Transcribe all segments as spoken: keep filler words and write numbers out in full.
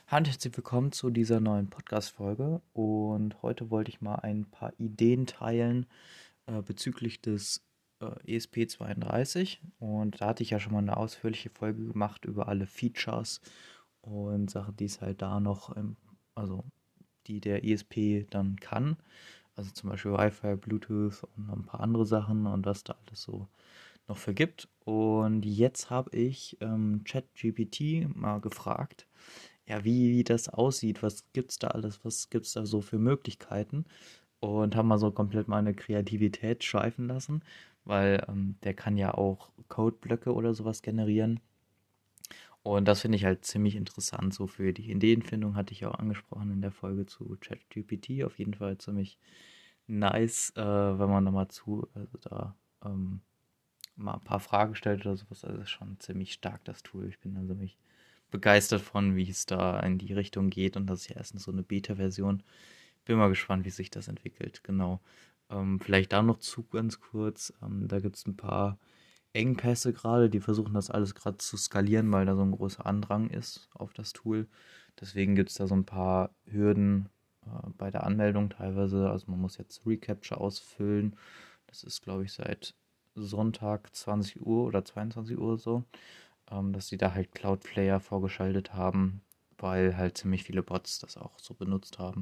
Hallo und herzlich willkommen zu dieser neuen Podcast-Folge. Und heute wollte ich mal ein paar Ideen teilen äh, bezüglich des äh, E S P zweiunddreißig. Und da hatte ich ja schon mal eine ausführliche Folge gemacht über alle Features und Sachen, die es halt da noch, im, also die der E S P dann kann. Also zum Beispiel Wi-Fi, Bluetooth und noch ein paar andere Sachen und was da alles so noch vergibt. Und jetzt habe ich ähm, ChatGPT mal gefragt, ja, wie, wie das aussieht, was gibt's da alles, was gibt's da so für Möglichkeiten und haben mal so komplett meine Kreativität schweifen lassen, weil ähm, der kann ja auch Codeblöcke oder sowas generieren und das finde ich halt ziemlich interessant, so für die Ideenfindung hatte ich auch angesprochen in der Folge zu ChatGPT, auf jeden Fall ziemlich nice, äh, wenn man da mal zu, also da ähm, mal ein paar Fragen stellt oder sowas. Also das ist schon ziemlich stark, das Tool. Ich bin da ziemlich begeistert von, wie es da in die Richtung geht. Und das ist ja erstens so eine Beta-Version. Bin mal gespannt, wie sich das entwickelt. Genau. Ähm, vielleicht da noch zu ganz kurz. Ähm, da gibt es ein paar Engpässe gerade. Die versuchen das alles gerade zu skalieren, weil da so ein großer Andrang ist auf das Tool. Deswegen gibt es da so ein paar Hürden äh, bei der Anmeldung teilweise. Also man muss jetzt Recapture ausfüllen. Das ist, glaube ich, seit Sonntag zwanzig Uhr oder zweiundzwanzig Uhr so, ähm, dass sie da halt Cloudflare vorgeschaltet haben, weil halt ziemlich viele Bots das auch so benutzt haben.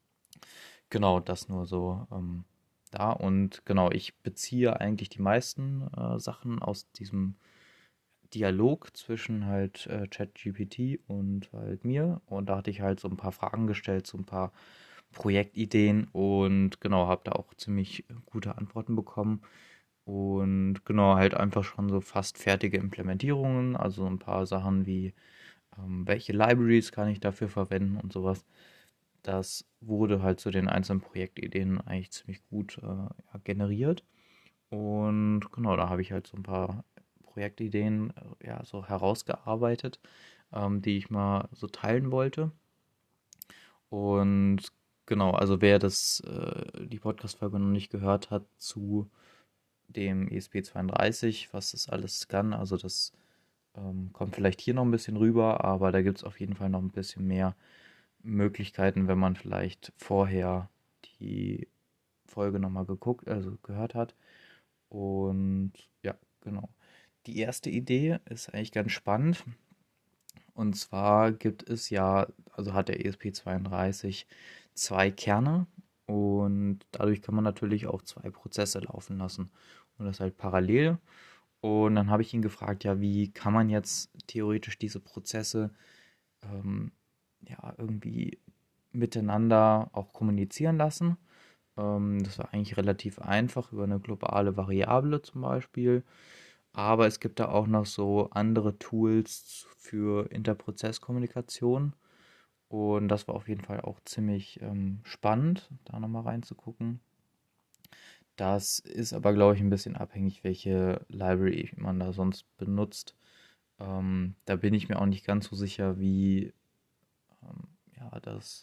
Genau, das nur so ähm, da. Und genau, ich beziehe eigentlich die meisten äh, Sachen aus diesem Dialog zwischen halt äh, ChatGPT und halt mir. Und da hatte ich halt so ein paar Fragen gestellt, so ein paar Projektideen und genau, habe da auch ziemlich gute Antworten bekommen. Und genau, halt einfach schon so fast fertige Implementierungen, also ein paar Sachen wie, ähm, welche Libraries kann ich dafür verwenden und sowas. Das wurde halt zu den einzelnen Projektideen eigentlich ziemlich gut äh, ja, generiert. Und genau, da habe ich halt so ein paar Projektideen äh, ja, so herausgearbeitet, ähm, die ich mal so teilen wollte. Und genau, also wer das, äh, die Podcast-Folge noch nicht gehört hat zu dem E S P zweiunddreißig, was das alles kann, also das ähm, kommt vielleicht hier noch ein bisschen rüber, aber da gibt es auf jeden Fall noch ein bisschen mehr Möglichkeiten, wenn man vielleicht vorher die Folge nochmal geguckt, also gehört hat. Und ja, genau. Die erste Idee ist eigentlich ganz spannend. Und zwar gibt es ja, also hat der E S P zweiunddreißig zwei Kerne und dadurch kann man natürlich auch zwei Prozesse laufen lassen. Und das halt parallel. Und dann habe ich ihn gefragt, ja, wie kann man jetzt theoretisch diese Prozesse ähm, ja, irgendwie miteinander auch kommunizieren lassen. Ähm, das war eigentlich relativ einfach über eine globale Variable zum Beispiel. Aber es gibt da auch noch so andere Tools für Interprozesskommunikation. Und das war auf jeden Fall auch ziemlich ähm, spannend, da nochmal reinzugucken. Das ist aber, glaube ich, ein bisschen abhängig, welche Library man da sonst benutzt. Ähm, da bin ich mir auch nicht ganz so sicher, wie ähm, ja, das,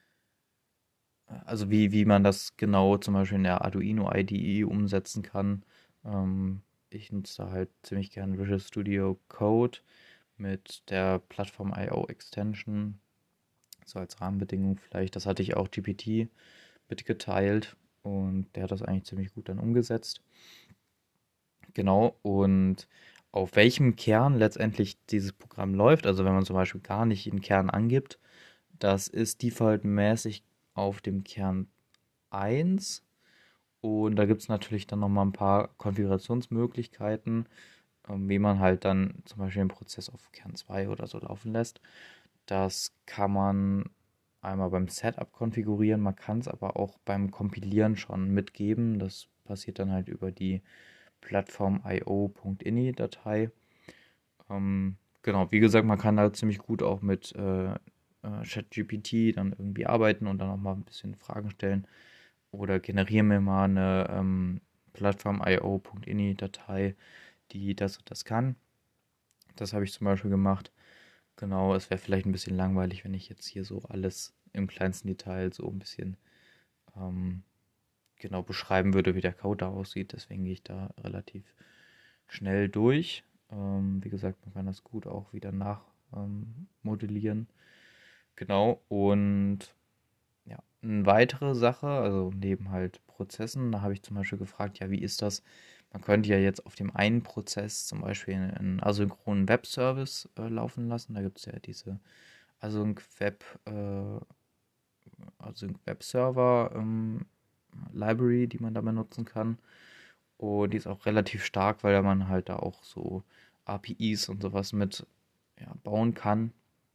also wie, wie man das genau zum Beispiel in der Arduino I D E umsetzen kann. Ähm, ich nutze da halt ziemlich gern Visual Studio Code mit der Plattform I O Extension, so als Rahmenbedingung vielleicht. Das hatte ich auch G P T mitgeteilt und der hat das eigentlich ziemlich gut dann umgesetzt. Genau, und auf welchem Kern letztendlich dieses Programm läuft, also wenn man zum Beispiel gar nicht den Kern angibt, das ist defaultmäßig auf dem Kern eins und da gibt es natürlich dann nochmal ein paar Konfigurationsmöglichkeiten, ähm, wie man halt dann zum Beispiel den Prozess auf Kern zwei oder so laufen lässt. Das kann man einmal beim Setup konfigurieren, man kann es aber auch beim Kompilieren schon mitgeben. Das passiert dann halt über die Plattform I O.ini-Datei. Ähm, genau, wie gesagt, man kann da ziemlich gut auch mit äh, äh, ChatGPT dann irgendwie arbeiten und dann auch mal ein bisschen Fragen stellen. Oder generiere mir mal eine ähm, Plattform I O.ini-Datei, die das und das kann. Das habe ich zum Beispiel gemacht. Genau, es wäre vielleicht ein bisschen langweilig, wenn ich jetzt hier so alles im kleinsten Detail so ein bisschen ähm, genau beschreiben würde, wie der Code da aussieht. Deswegen gehe ich da relativ schnell durch. Ähm, wie gesagt, man kann das gut auch wieder nachmodellieren. Ähm, modellieren. Genau, und ja, eine weitere Sache, also neben halt Prozessen, da habe ich zum Beispiel gefragt, ja, wie ist das? Man könnte ja jetzt auf dem einen Prozess zum Beispiel einen asynchronen Webservice äh, laufen lassen. Da gibt es ja diese Async Web, äh, Async Web Server ähm, Library, die man da benutzen kann. Und die ist auch relativ stark, weil man halt da auch so A P Is und sowas mit ja, bauen kann.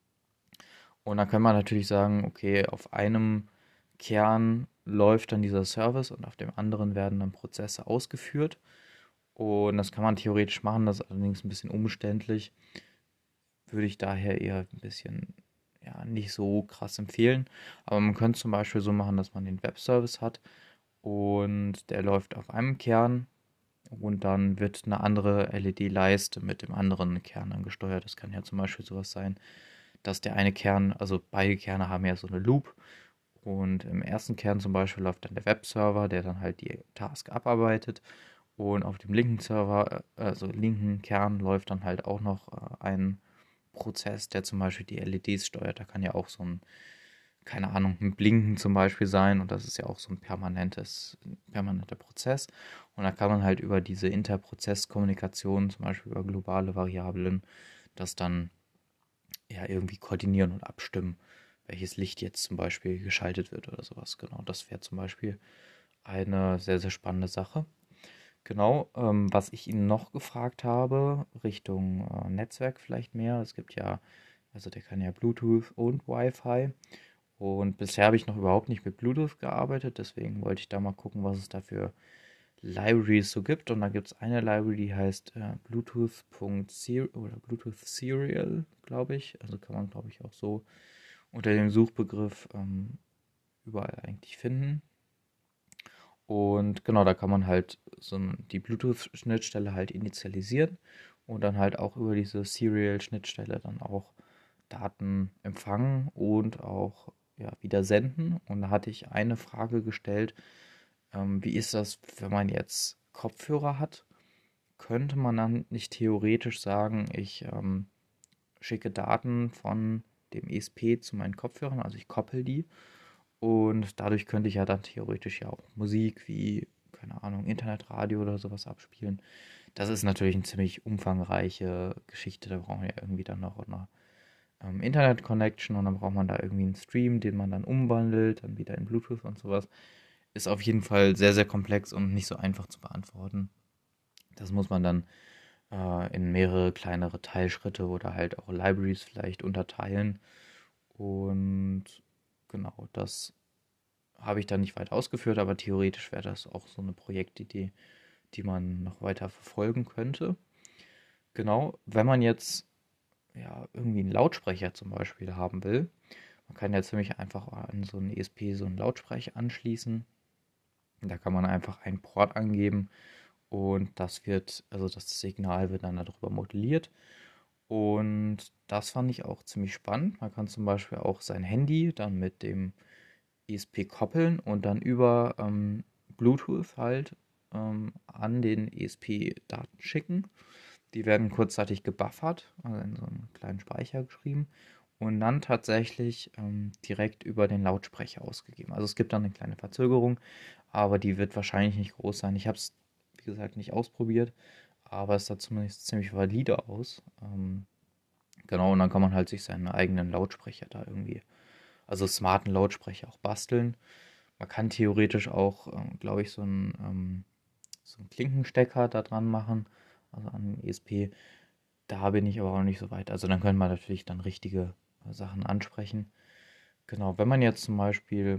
Und dann kann man natürlich sagen, okay, auf einem Kern läuft dann dieser Service und auf dem anderen werden dann Prozesse ausgeführt. Und das kann man theoretisch machen, das ist allerdings ein bisschen umständlich. Würde ich daher eher ein bisschen, ja, nicht so krass empfehlen. Aber man könnte zum Beispiel so machen, dass man den Webservice hat und der läuft auf einem Kern und dann wird eine andere L E D-Leiste mit dem anderen Kern dann gesteuert. Das kann ja zum Beispiel sowas sein, dass der eine Kern, also beide Kerne haben ja so eine Loop und im ersten Kern zum Beispiel läuft dann der Webserver, der dann halt die Task abarbeitet und auf dem linken Server, äh, also linken Kern läuft dann halt auch noch äh, ein Prozess, der zum Beispiel die L E Ds steuert. Da kann ja auch so ein, keine Ahnung, ein Blinken zum Beispiel sein und das ist ja auch so ein permanentes, permanenter Prozess. Und da kann man halt über diese Interprozesskommunikation, zum Beispiel über globale Variablen, das dann ja irgendwie koordinieren und abstimmen, welches Licht jetzt zum Beispiel geschaltet wird oder sowas. Genau, das wäre zum Beispiel eine sehr, sehr spannende Sache. Genau, ähm, was ich ihn noch gefragt habe, Richtung äh, Netzwerk vielleicht mehr. Es gibt ja, also der kann ja Bluetooth und Wi-Fi. Und bisher habe ich noch überhaupt nicht mit Bluetooth gearbeitet, deswegen wollte ich da mal gucken, was es da für Libraries so gibt. Und da gibt es eine Library, die heißt äh, Bluetooth.serial oder Bluetooth Serial, glaube ich. Also kann man, glaube ich, auch so unter dem Suchbegriff ähm, überall eigentlich finden. Und genau, da kann man halt so die Bluetooth-Schnittstelle halt initialisieren und dann halt auch über diese Serial-Schnittstelle dann auch Daten empfangen und auch ja, wieder senden. Und da hatte ich eine Frage gestellt, ähm, wie ist das, wenn man jetzt Kopfhörer hat? Könnte man dann nicht theoretisch sagen, ich ähm, schicke Daten von dem E S P zu meinen Kopfhörern, also ich koppel die und dadurch könnte ich ja dann theoretisch ja auch Musik wie, keine Ahnung, Internetradio oder sowas abspielen. Das ist natürlich eine ziemlich umfangreiche Geschichte. Da brauchen wir ja irgendwie dann noch eine ähm, Internet-Connection und dann braucht man da irgendwie einen Stream, den man dann umwandelt, dann wieder in Bluetooth und sowas. Ist auf jeden Fall sehr, sehr komplex und nicht so einfach zu beantworten. Das muss man dann äh, in mehrere kleinere Teilschritte oder halt auch Libraries vielleicht unterteilen. Und genau, das habe ich dann nicht weit ausgeführt, aber theoretisch wäre das auch so eine Projektidee, die man noch weiter verfolgen könnte. Genau, wenn man jetzt ja irgendwie einen Lautsprecher zum Beispiel haben will, man kann ja ziemlich einfach an so einen E S P so einen Lautsprecher anschließen. Da kann man einfach einen Port angeben und das wird, also das Signal wird dann darüber modelliert. Und das fand ich auch ziemlich spannend. Man kann zum Beispiel auch sein Handy dann mit dem E S P koppeln und dann über ähm, Bluetooth halt ähm, an den E S P Daten schicken. Die werden kurzzeitig gebuffert, also in so einen kleinen Speicher geschrieben und dann tatsächlich ähm, direkt über den Lautsprecher ausgegeben. Also es gibt dann eine kleine Verzögerung, aber die wird wahrscheinlich nicht groß sein. Ich habe es, wie gesagt, nicht ausprobiert, aber es sah zumindest ziemlich valide aus. Ähm, genau, und dann kann man halt sich seinen eigenen Lautsprecher da irgendwie, also smarten Lautsprecher auch basteln. Man kann theoretisch auch, ähm, glaube ich, so einen, ähm, so einen Klinkenstecker da dran machen, also an den E S P. Da bin ich aber auch nicht so weit. Also dann könnte man natürlich dann richtige äh, Sachen ansprechen. Genau, wenn man jetzt zum Beispiel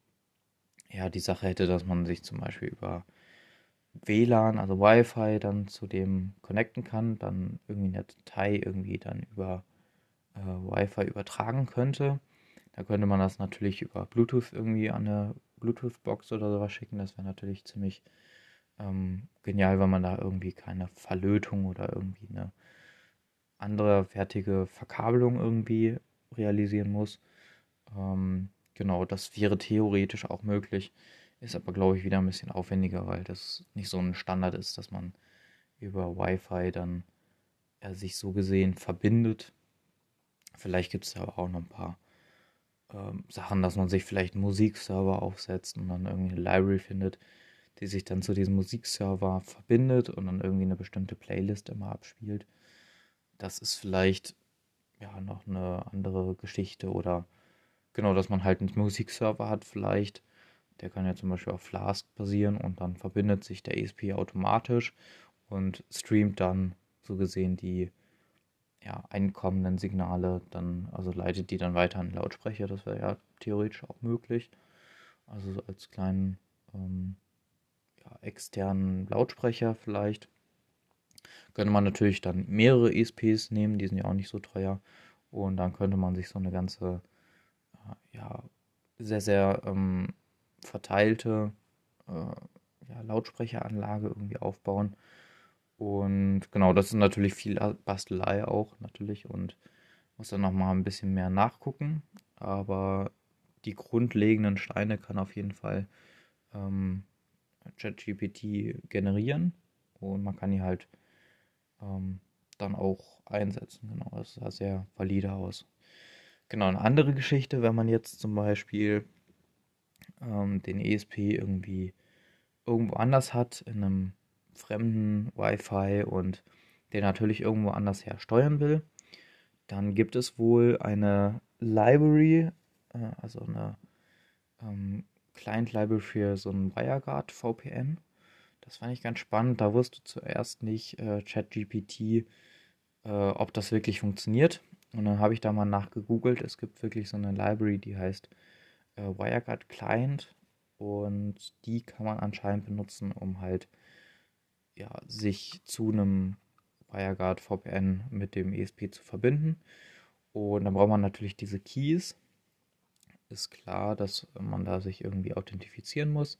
ja die Sache hätte, dass man sich zum Beispiel über W L A N, also Wi-Fi, dann zu dem connecten kann, dann irgendwie eine Datei irgendwie dann über äh, Wi-Fi übertragen könnte. Da könnte man das natürlich über Bluetooth irgendwie an eine Bluetooth-Box oder sowas schicken. Das wäre natürlich ziemlich ähm, genial, wenn man da irgendwie keine Verlötung oder irgendwie eine andere fertige Verkabelung irgendwie realisieren muss. Ähm, genau, das wäre theoretisch auch möglich, ist aber, glaube ich, wieder ein bisschen aufwendiger, weil das nicht so ein Standard ist, dass man über Wi-Fi dann äh, sich so gesehen verbindet. Vielleicht gibt es da aber auch noch ein paar ähm, Sachen, dass man sich vielleicht einen Musikserver aufsetzt und dann irgendwie eine Library findet, die sich dann zu diesem Musikserver verbindet und dann irgendwie eine bestimmte Playlist immer abspielt. Das ist vielleicht ja noch eine andere Geschichte oder genau, dass man halt einen Musikserver hat vielleicht. Der kann ja zum Beispiel auf Flask basieren und dann verbindet sich der E S P automatisch und streamt dann so gesehen die ja, einkommenden Signale dann, also leitet die dann weiter an den Lautsprecher. Das wäre ja theoretisch auch möglich. Also so als kleinen ähm, ja, externen Lautsprecher vielleicht. Könnte man natürlich dann mehrere E S Ps nehmen, die sind ja auch nicht so teuer. Und dann könnte man sich so eine ganze, äh, ja, sehr, sehr ähm, verteilte äh, ja, Lautsprecheranlage irgendwie aufbauen. Und genau, das ist natürlich viel Bastelei auch natürlich und muss dann nochmal ein bisschen mehr nachgucken. Aber die grundlegenden Steine kann auf jeden Fall ähm, ChatGPT generieren und man kann die halt ähm, dann auch einsetzen. Genau, das sah sehr valide aus. Genau, eine andere Geschichte, wenn man jetzt zum Beispiel ähm, den E S P irgendwie irgendwo anders hat, in einem fremden Wi-Fi und den natürlich irgendwo anders her steuern will, dann gibt es wohl eine Library, äh, also eine ähm, Client-Library für so ein WireGuard V P N. Das fand ich ganz spannend. Da wusste zuerst nicht äh, ChatGPT, äh, ob das wirklich funktioniert. Und dann habe ich da mal nachgegoogelt. Es gibt wirklich so eine Library, die heißt äh, WireGuard Client. Und die kann man anscheinend benutzen, um halt ja, sich zu einem WireGuard V P N mit dem E S P zu verbinden. Und dann braucht man natürlich diese Keys. Ist klar, dass man da sich irgendwie authentifizieren muss.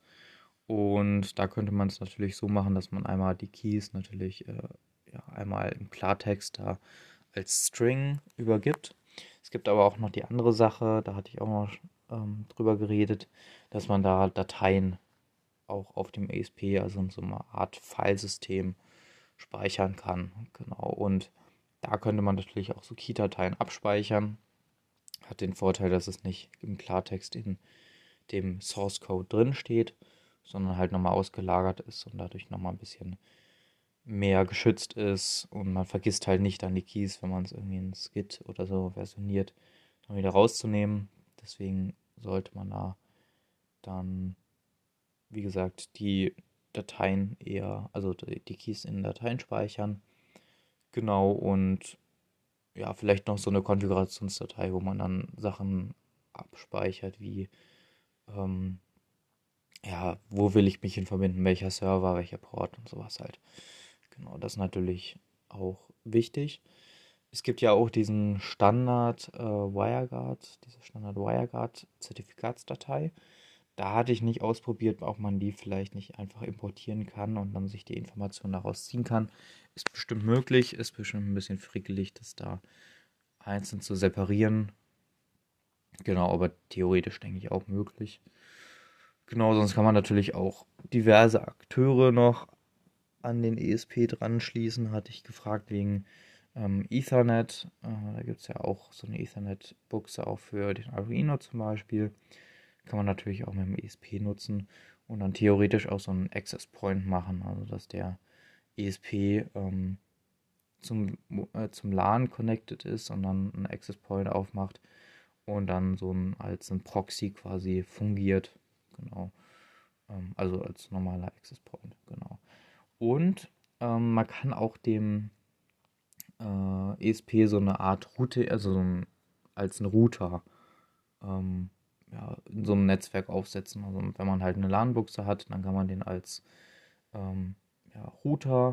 Und da könnte man es natürlich so machen, dass man einmal die Keys natürlich äh, ja, einmal im Klartext da als String übergibt. Es gibt aber auch noch die andere Sache, da hatte ich auch noch ähm, drüber geredet, dass man da Dateien auch auf dem E S P, also in so einer Art Filesystem speichern kann. Genau. Und da könnte man natürlich auch so Key-Dateien abspeichern. Hat den Vorteil, dass es nicht im Klartext in dem Source Code drin steht, sondern halt nochmal ausgelagert ist und dadurch nochmal ein bisschen mehr geschützt ist und man vergisst halt nicht dann die Keys, wenn man es irgendwie in Git oder so versioniert, dann wieder rauszunehmen. Deswegen sollte man da dann, wie gesagt, die Dateien eher, also die Keys in Dateien speichern. Genau, und ja, vielleicht noch so eine Konfigurationsdatei, wo man dann Sachen abspeichert, wie ähm, ja, wo will ich mich hin verbinden, welcher Server, welcher Port und sowas halt. Genau, das ist natürlich auch wichtig. Es gibt ja auch diesen Standard äh, WireGuard, diese Standard WireGuard Zertifikatsdatei. Da hatte ich nicht ausprobiert, ob man die vielleicht nicht einfach importieren kann und dann sich die Informationen daraus ziehen kann. Ist bestimmt möglich, ist bestimmt ein bisschen frickelig, das da einzeln zu separieren. Genau, aber theoretisch denke ich auch möglich. Genau, sonst kann man natürlich auch diverse Akteure noch an den E S P dran schließen. Hatte ich gefragt wegen ähm, Ethernet. Äh, da gibt es ja auch so eine Ethernet-Buchse auch für den Arduino zum Beispiel. Kann man natürlich auch mit dem E S P nutzen und dann theoretisch auch so einen Access Point machen, also dass der E S P ähm, zum, äh, zum LAN connected ist und dann einen Access Point aufmacht und dann so ein, als ein Proxy quasi fungiert. Genau. Ähm, also als normaler Access Point, genau. Und ähm, man kann auch dem äh, E S P so eine Art Route, also so ein, als ein Router ähm, ja, in so einem Netzwerk aufsetzen. Also wenn man halt eine LAN-Buchse hat, dann kann man den als ähm, ja, Router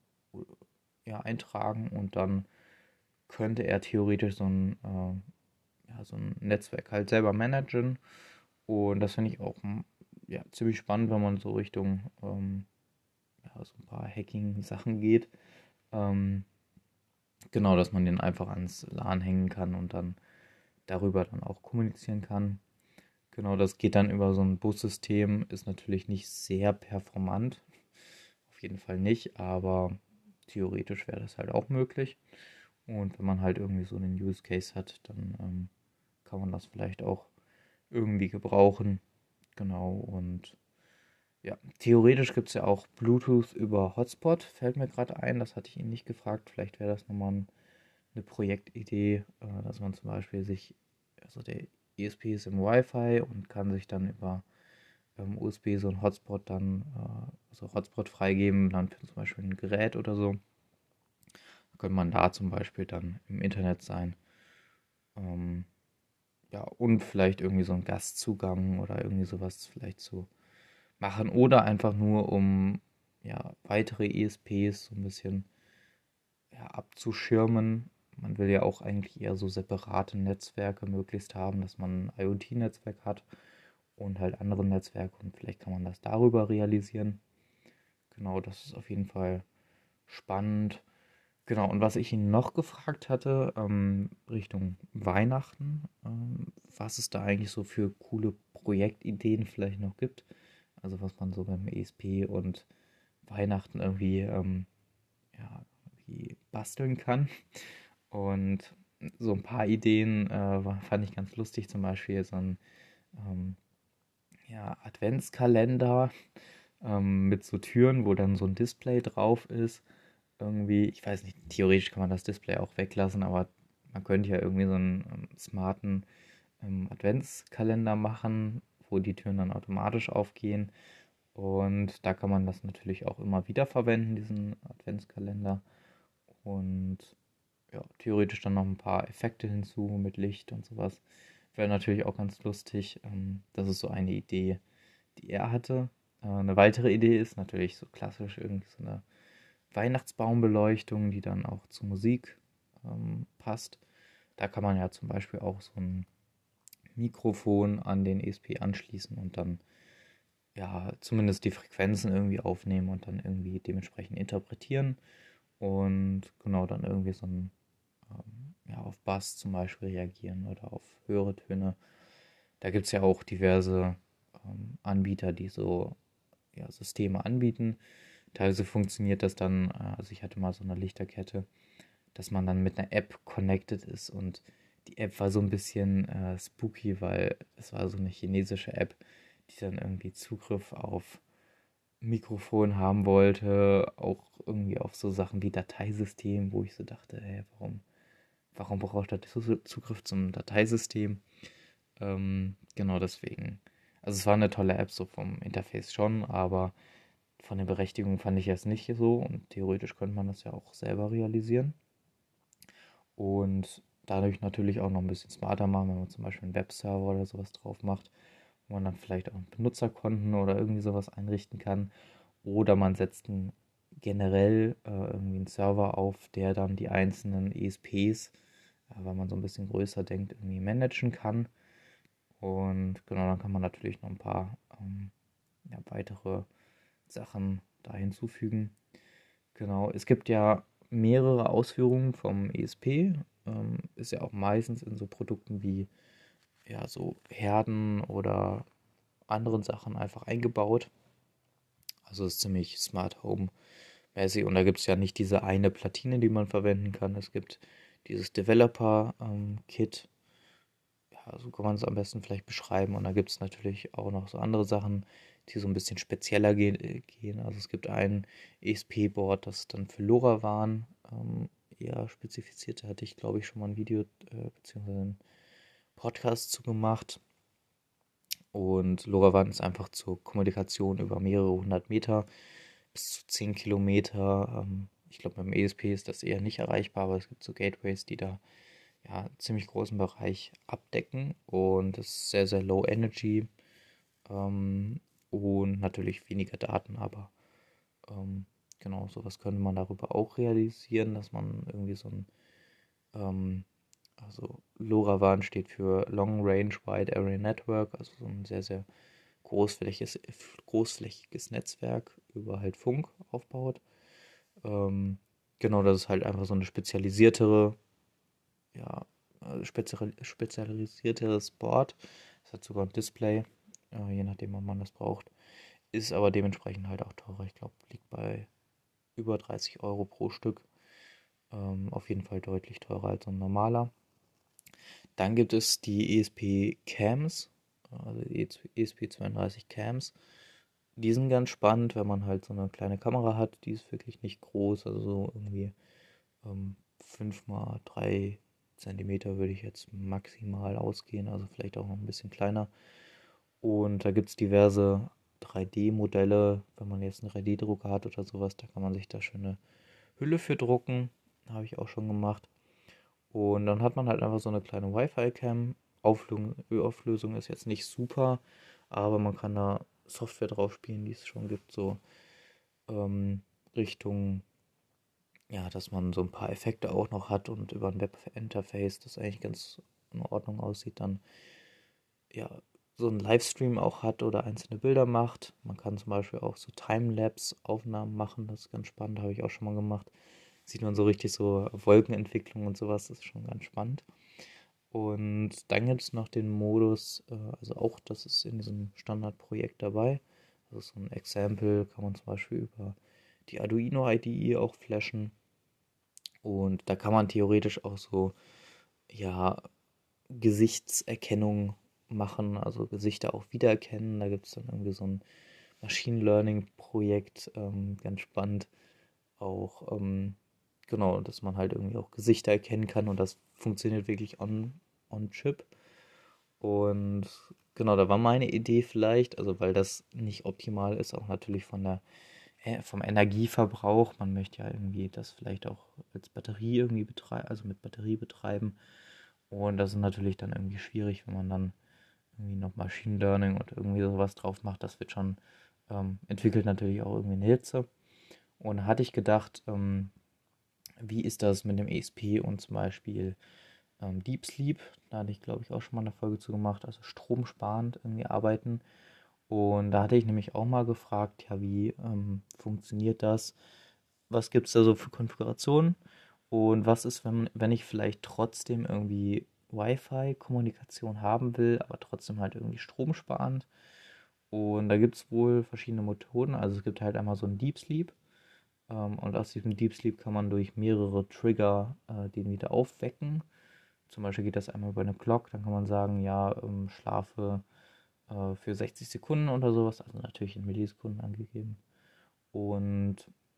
ja, eintragen und dann könnte er theoretisch so ein, äh, ja, so ein Netzwerk halt selber managen. Und das finde ich auch ja, ziemlich spannend, wenn man so Richtung ähm, ja, so ein paar Hacking-Sachen geht. Ähm, genau, dass man den einfach ans LAN hängen kann und dann darüber dann auch kommunizieren kann. Genau, das geht dann über so ein Bussystem, ist natürlich nicht sehr performant, auf jeden Fall nicht, aber theoretisch wäre das halt auch möglich. Und wenn man halt irgendwie so einen Use Case hat, dann ähm, kann man das vielleicht auch irgendwie gebrauchen. Genau, und ja, theoretisch gibt es ja auch Bluetooth über Hotspot, fällt mir gerade ein, das hatte ich ihn nicht gefragt. Vielleicht wäre das nochmal ein, eine Projektidee, äh, dass man zum Beispiel sich, also der E S P ist im Wi-Fi und kann sich dann über ähm, U S B so einen Hotspot dann, äh, also Hotspot freigeben, dann für zum Beispiel ein Gerät oder so. Da könnte man da zum Beispiel dann im Internet sein. Ähm, ja, und vielleicht irgendwie so einen Gastzugang oder irgendwie sowas vielleicht zu machen oder einfach nur um ja, weitere E S Ps so ein bisschen ja, abzuschirmen. Man will ja auch eigentlich eher so separate Netzwerke möglichst haben, dass man ein IoT-Netzwerk hat und halt andere Netzwerke und vielleicht kann man das darüber realisieren. Genau, das ist auf jeden Fall spannend. Genau, und was ich ihn noch gefragt hatte, ähm, Richtung Weihnachten, ähm, was es da eigentlich so für coole Projektideen vielleicht noch gibt. Also was man so beim E S P und Weihnachten irgendwie, ähm, ja, irgendwie basteln kann. Und so ein paar Ideen äh, fand ich ganz lustig, zum Beispiel so ein ähm, ja, Adventskalender ähm, mit so Türen, wo dann so ein Display drauf ist. Irgendwie, ich weiß nicht, theoretisch kann man das Display auch weglassen, aber man könnte ja irgendwie so einen ähm, smarten ähm, Adventskalender machen, wo die Türen dann automatisch aufgehen. Und da kann man das natürlich auch immer wieder verwenden, diesen Adventskalender. Und ja, theoretisch dann noch ein paar Effekte hinzu mit Licht und sowas. Wäre natürlich auch ganz lustig. Ähm, das ist so eine Idee, die er hatte. Äh, eine weitere Idee ist natürlich so klassisch irgendwie so eine Weihnachtsbaumbeleuchtung, die dann auch zur Musik ähm, passt. Da kann man ja zum Beispiel auch so ein Mikrofon an den E S P anschließen und dann ja zumindest die Frequenzen irgendwie aufnehmen und dann irgendwie dementsprechend interpretieren und genau dann irgendwie so ein ähm, ja, auf Bass zum Beispiel reagieren oder auf höhere Töne. Da gibt es ja auch diverse ähm, Anbieter, die so ja, Systeme anbieten. Teilweise funktioniert das dann, äh, also ich hatte mal so eine Lichterkette, dass man dann mit einer App connected ist und die App war so ein bisschen äh, spooky, weil es war so eine chinesische App, die dann irgendwie Zugriff auf Mikrofon haben wollte, auch irgendwie auf so Sachen wie Dateisystem, wo ich so dachte, hey, warum, warum braucht er Zugriff zum Dateisystem? Ähm, genau deswegen. Also es war eine tolle App, so vom Interface schon, aber von der Berechtigung fand ich es nicht so und theoretisch könnte man das ja auch selber realisieren und dadurch natürlich auch noch ein bisschen smarter machen, wenn man zum Beispiel einen Webserver oder sowas drauf macht, wo man dann vielleicht auch Benutzerkonten oder irgendwie sowas einrichten kann oder man setzt einen, generell äh, irgendwie einen Server auf, der dann die einzelnen E S Ps, äh, weil man so ein bisschen größer denkt, irgendwie managen kann und genau, dann kann man natürlich noch ein paar ähm, ja, weitere Sachen da hinzufügen. Genau, es gibt ja mehrere Ausführungen vom E S P. Ähm, ist ja auch meistens in so Produkten wie ja, so Herden oder anderen Sachen einfach eingebaut. Also ist ziemlich Smart Home mäßig und da gibt es ja nicht diese eine Platine, die man verwenden kann. Es gibt dieses Developer ähm, Kit. Ja, so kann man es am besten vielleicht beschreiben. Und da gibt es natürlich auch noch so andere Sachen, die so ein bisschen spezieller gehen. äh, gehen. Also es gibt ein E S P-Board, das dann für LoRaWAN ähm, eher spezifiziert. Da hatte ich, glaube ich, schon mal ein Video äh, bzw. einen Podcast zu gemacht. Und LoRaWAN ist einfach zur Kommunikation über mehrere hundert Meter bis zu zehn Kilometer. Ähm, ich glaube, beim E S P ist das eher nicht erreichbar, aber es gibt so Gateways, die da ja, einen ziemlich großen Bereich abdecken und es ist sehr, sehr low energy ähm, und natürlich weniger Daten, aber ähm, genau, sowas könnte man darüber auch realisieren, dass man irgendwie so ein, ähm, also LoRaWAN steht für Long Range Wide Area Network, also so ein sehr, sehr großflächiges, großflächiges Netzwerk über halt Funk aufbaut. Ähm, genau, das ist halt einfach so eine spezialisiertere ja, äh, spezial spezialisierteres Board. Es hat sogar ein Display, äh, je nachdem, wann man das braucht. Ist aber dementsprechend halt auch teurer. Ich glaube, liegt bei über dreißig Euro pro Stück. Ähm, auf jeden Fall deutlich teurer als so ein normaler. Dann gibt es die E S P Cams, also die E S P zweiunddreißig Cams. Die sind ganz spannend, wenn man halt so eine kleine Kamera hat. Die ist wirklich nicht groß, also so irgendwie ähm, fünf mal drei Zentimeter würde ich jetzt maximal ausgehen, also vielleicht auch noch ein bisschen kleiner. Und da gibt es diverse drei D-Modelle, wenn man jetzt einen drei D-Drucker hat oder sowas, da kann man sich da schöne Hülle für drucken. Habe ich auch schon gemacht. Und dann hat man halt einfach so eine kleine Wi-Fi-Cam. Auflösung, Auflösung ist jetzt nicht super, aber man kann da Software drauf spielen, die es schon gibt, so ähm, Richtung, ja, dass man so ein paar Effekte auch noch hat und über ein Web-Interface, das eigentlich ganz in Ordnung aussieht, dann ja so einen Livestream auch hat oder einzelne Bilder macht. Man kann zum Beispiel auch so Timelapse-Aufnahmen machen, das ist ganz spannend, habe ich auch schon mal gemacht. Sieht man so richtig so Wolkenentwicklung und sowas, das ist schon ganz spannend. Und dann gibt es noch den Modus, äh, also auch das ist in diesem Standardprojekt dabei. Also so ein Example kann man zum Beispiel über die Arduino I D E auch flashen. Und da kann man theoretisch auch so, ja, Gesichtserkennung machen, also Gesichter auch wiedererkennen. Da gibt es dann irgendwie so ein Machine Learning Projekt, ähm, ganz spannend. Auch, ähm, genau, dass man halt irgendwie auch Gesichter erkennen kann und das funktioniert wirklich on, on Chip. Und genau, da war meine Idee vielleicht, also weil das nicht optimal ist, auch natürlich von der, äh, vom Energieverbrauch. Man möchte ja irgendwie das vielleicht auch als Batterie irgendwie betreiben, also mit Batterie betreiben. Und das ist natürlich dann irgendwie schwierig, wenn man dann irgendwie noch Machine Learning und irgendwie sowas drauf macht. Das wird schon, ähm, entwickelt natürlich auch irgendwie eine Hitze. Und da hatte ich gedacht, ähm, wie ist das mit dem E S P und zum Beispiel ähm, Deep Sleep? Da hatte ich, glaube ich, auch schon mal eine Folge zu gemacht, also stromsparend irgendwie arbeiten. Und da hatte ich nämlich auch mal gefragt, ja, wie ähm, funktioniert das? Was gibt es da so für Konfigurationen? Und was ist, wenn, wenn ich vielleicht trotzdem irgendwie Wi-Fi-Kommunikation haben will, aber trotzdem halt irgendwie stromsparend? Und da gibt es wohl verschiedene Methoden. Also es gibt halt einmal so einen Deep Sleep. Ähm, und aus diesem Deep Sleep kann man durch mehrere Trigger äh, den wieder aufwecken. Zum Beispiel geht das einmal über eine Clock. Dann kann man sagen, ja, ähm, schlafe äh, für sechzig Sekunden oder sowas. Also natürlich in Millisekunden angegeben. Und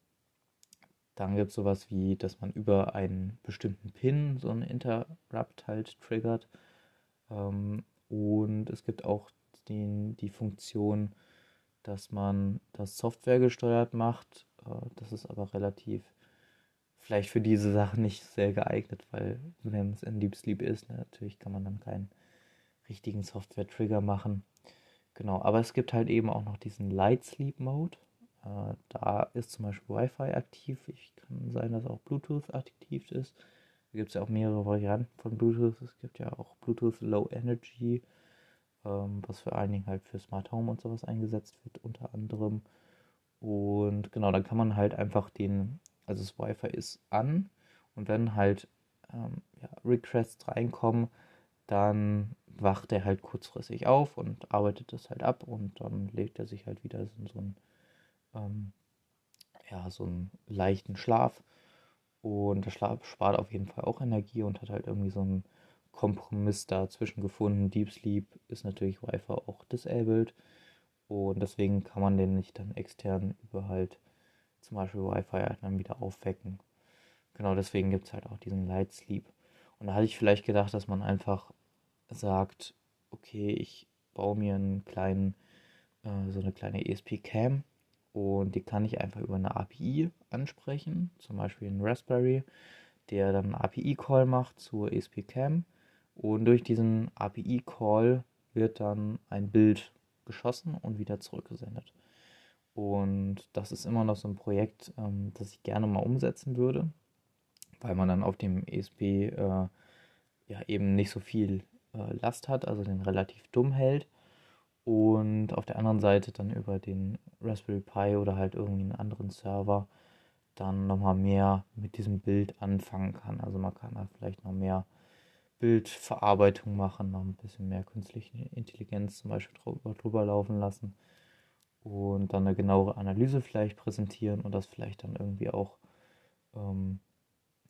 dann gibt es sowas wie, dass man über einen bestimmten Pin so einen Interrupt halt triggert. Ähm, und es gibt auch den, die Funktion, dass man das Software gesteuert macht. Äh, das ist aber relativ vielleicht für diese Sachen nicht sehr geeignet, weil wenn es in Deep Sleep ist, ne, natürlich kann man dann keinen richtigen Software-Trigger machen. Genau, aber es gibt halt eben auch noch diesen Light Sleep Mode. Äh, da ist zum Beispiel Wi-Fi aktiv. Ich kann sein, dass auch Bluetooth aktiv ist. Da gibt es ja auch mehrere Varianten von Bluetooth. Es gibt ja auch Bluetooth Low Energy, ähm, was vor allen Dingen halt für Smart Home und sowas eingesetzt wird, unter anderem. Und genau, dann kann man halt einfach den, also das Wi-Fi ist an und wenn halt ähm, ja, Requests reinkommen, dann wacht er halt kurzfristig auf und arbeitet das halt ab und dann legt er sich halt wieder in so einen, ähm, ja, so einen leichten Schlaf. Und der Schlaf spart auf jeden Fall auch Energie und hat halt irgendwie so einen Kompromiss dazwischen gefunden. Deep Sleep ist natürlich Wi-Fi auch disabled und deswegen kann man den nicht dann extern über halt zum Beispiel Wi-Fi halt dann wieder aufwecken. Genau deswegen gibt es halt auch diesen Light Sleep. Und da hatte ich vielleicht gedacht, dass man einfach sagt, okay, ich baue mir einen kleinen, äh, so eine kleine E S P-Cam und die kann ich einfach über eine A P I ansprechen, zum Beispiel einen Raspberry, der dann einen A P I-Call macht zur E S P-Cam und durch diesen A P I-Call wird dann ein Bild geschossen und wieder zurückgesendet. Und das ist immer noch so ein Projekt, ähm, das ich gerne mal umsetzen würde, weil man dann auf dem E S P äh, ja eben nicht so viel äh, Last hat, also den relativ dumm hält. Und auf der anderen Seite dann über den Raspberry Pi oder halt irgendwie einen anderen Server dann nochmal mehr mit diesem Bild anfangen kann. Also man kann da vielleicht noch mehr Bildverarbeitung machen, noch ein bisschen mehr künstliche Intelligenz zum Beispiel drüber, drüber laufen lassen und dann eine genauere Analyse vielleicht präsentieren und das vielleicht dann irgendwie auch ähm,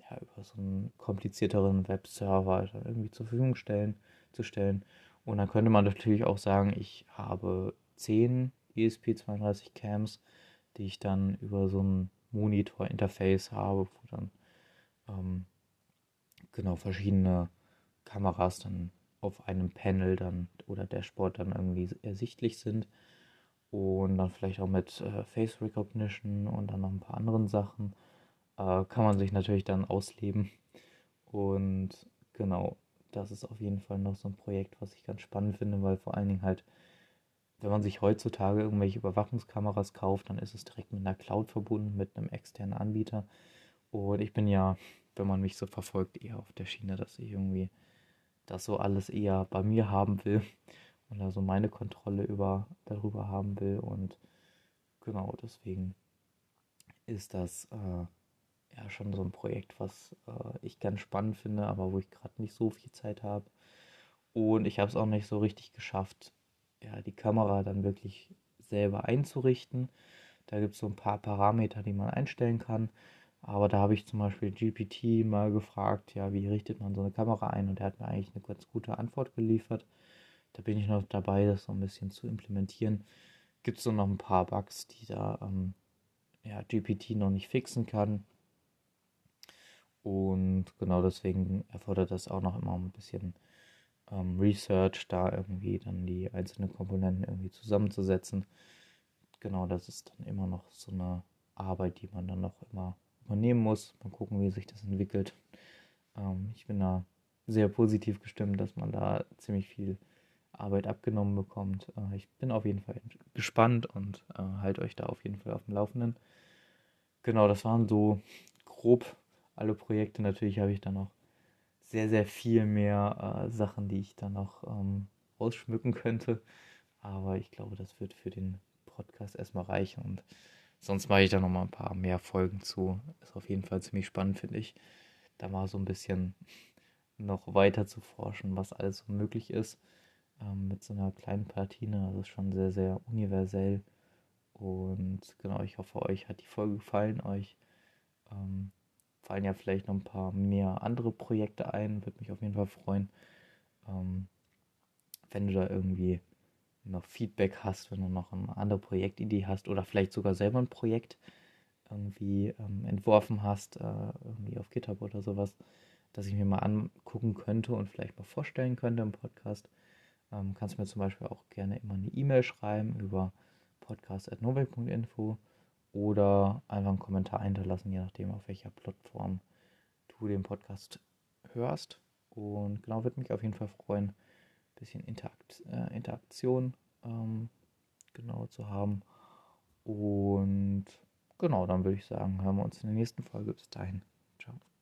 ja, über so einen komplizierteren Webserver dann irgendwie zur Verfügung stellen, zu stellen. Und dann könnte man natürlich auch sagen, ich habe zehn E S P zweiunddreißig Cams, die ich dann über so ein Monitor-Interface habe, wo dann ähm, genau verschiedene Kameras dann auf einem Panel dann oder Dashboard dann irgendwie ersichtlich sind und dann vielleicht auch mit äh, Face Recognition und dann noch ein paar anderen Sachen äh, kann man sich natürlich dann ausleben. Und genau, das ist auf jeden Fall noch so ein Projekt, was ich ganz spannend finde, weil vor allen Dingen halt, wenn man sich heutzutage irgendwelche Überwachungskameras kauft, dann ist es direkt mit einer Cloud verbunden, mit einem externen Anbieter. Und ich bin ja, wenn man mich so verfolgt, eher auf der Schiene, dass ich irgendwie das so alles eher bei mir haben will und da so meine Kontrolle über, darüber haben will. Und genau deswegen ist das äh, ja schon so ein Projekt, was äh, ich ganz spannend finde, aber wo ich gerade nicht so viel Zeit habe. Und ich habe es auch nicht so richtig geschafft, ja, die Kamera dann wirklich selber einzurichten. Da gibt es so ein paar Parameter, die man einstellen kann. Aber da habe ich zum Beispiel G P T mal gefragt, ja, wie richtet man so eine Kamera ein? Und er hat mir eigentlich eine ganz gute Antwort geliefert. Da bin ich noch dabei, das so ein bisschen zu implementieren. Gibt es so noch ein paar Bugs, die da ähm, ja, G P T noch nicht fixen kann. Und genau deswegen erfordert das auch noch immer ein bisschen ähm, Research, da irgendwie dann die einzelnen Komponenten irgendwie zusammenzusetzen. Genau, das ist dann immer noch so eine Arbeit, die man dann noch immer übernehmen muss. Mal gucken, wie sich das entwickelt. Ähm, ich bin da sehr positiv gestimmt, dass man da ziemlich viel Arbeit abgenommen bekommt. Äh, ich bin auf jeden Fall gespannt und äh, halte euch da auf jeden Fall auf dem Laufenden. Genau, das waren so grob alle Projekte. Natürlich habe ich da noch sehr, sehr viel mehr äh, Sachen, die ich dann noch ähm, ausschmücken könnte. Aber ich glaube, das wird für den Podcast erstmal reichen. Und sonst mache ich da noch mal ein paar mehr Folgen zu. Ist auf jeden Fall ziemlich spannend, finde ich, da mal so ein bisschen noch weiter zu forschen, was alles so möglich ist. Ähm, mit so einer kleinen Platine. Das ist schon sehr, sehr universell. Und genau, ich hoffe, euch hat die Folge gefallen. Euch ähm, fallen ja vielleicht noch ein paar mehr andere Projekte ein. Würde mich auf jeden Fall freuen, ähm, wenn du da irgendwie noch Feedback hast, wenn du noch eine andere Projektidee hast oder vielleicht sogar selber ein Projekt irgendwie ähm, entworfen hast, äh, irgendwie auf GitHub oder sowas, das ich mir mal angucken könnte und vielleicht mal vorstellen könnte im Podcast. Ähm, kannst mir zum Beispiel auch gerne immer eine E-Mail schreiben über podcast at novek punkt info oder einfach einen Kommentar hinterlassen, je nachdem, auf welcher Plattform du den Podcast hörst. Und genau, würde mich auf jeden Fall freuen, ein bisschen Interakt, äh, Interaktion ähm, genau zu haben. Und genau, dann würde ich sagen, hören wir uns in der nächsten Folge. Bis dahin. Ciao.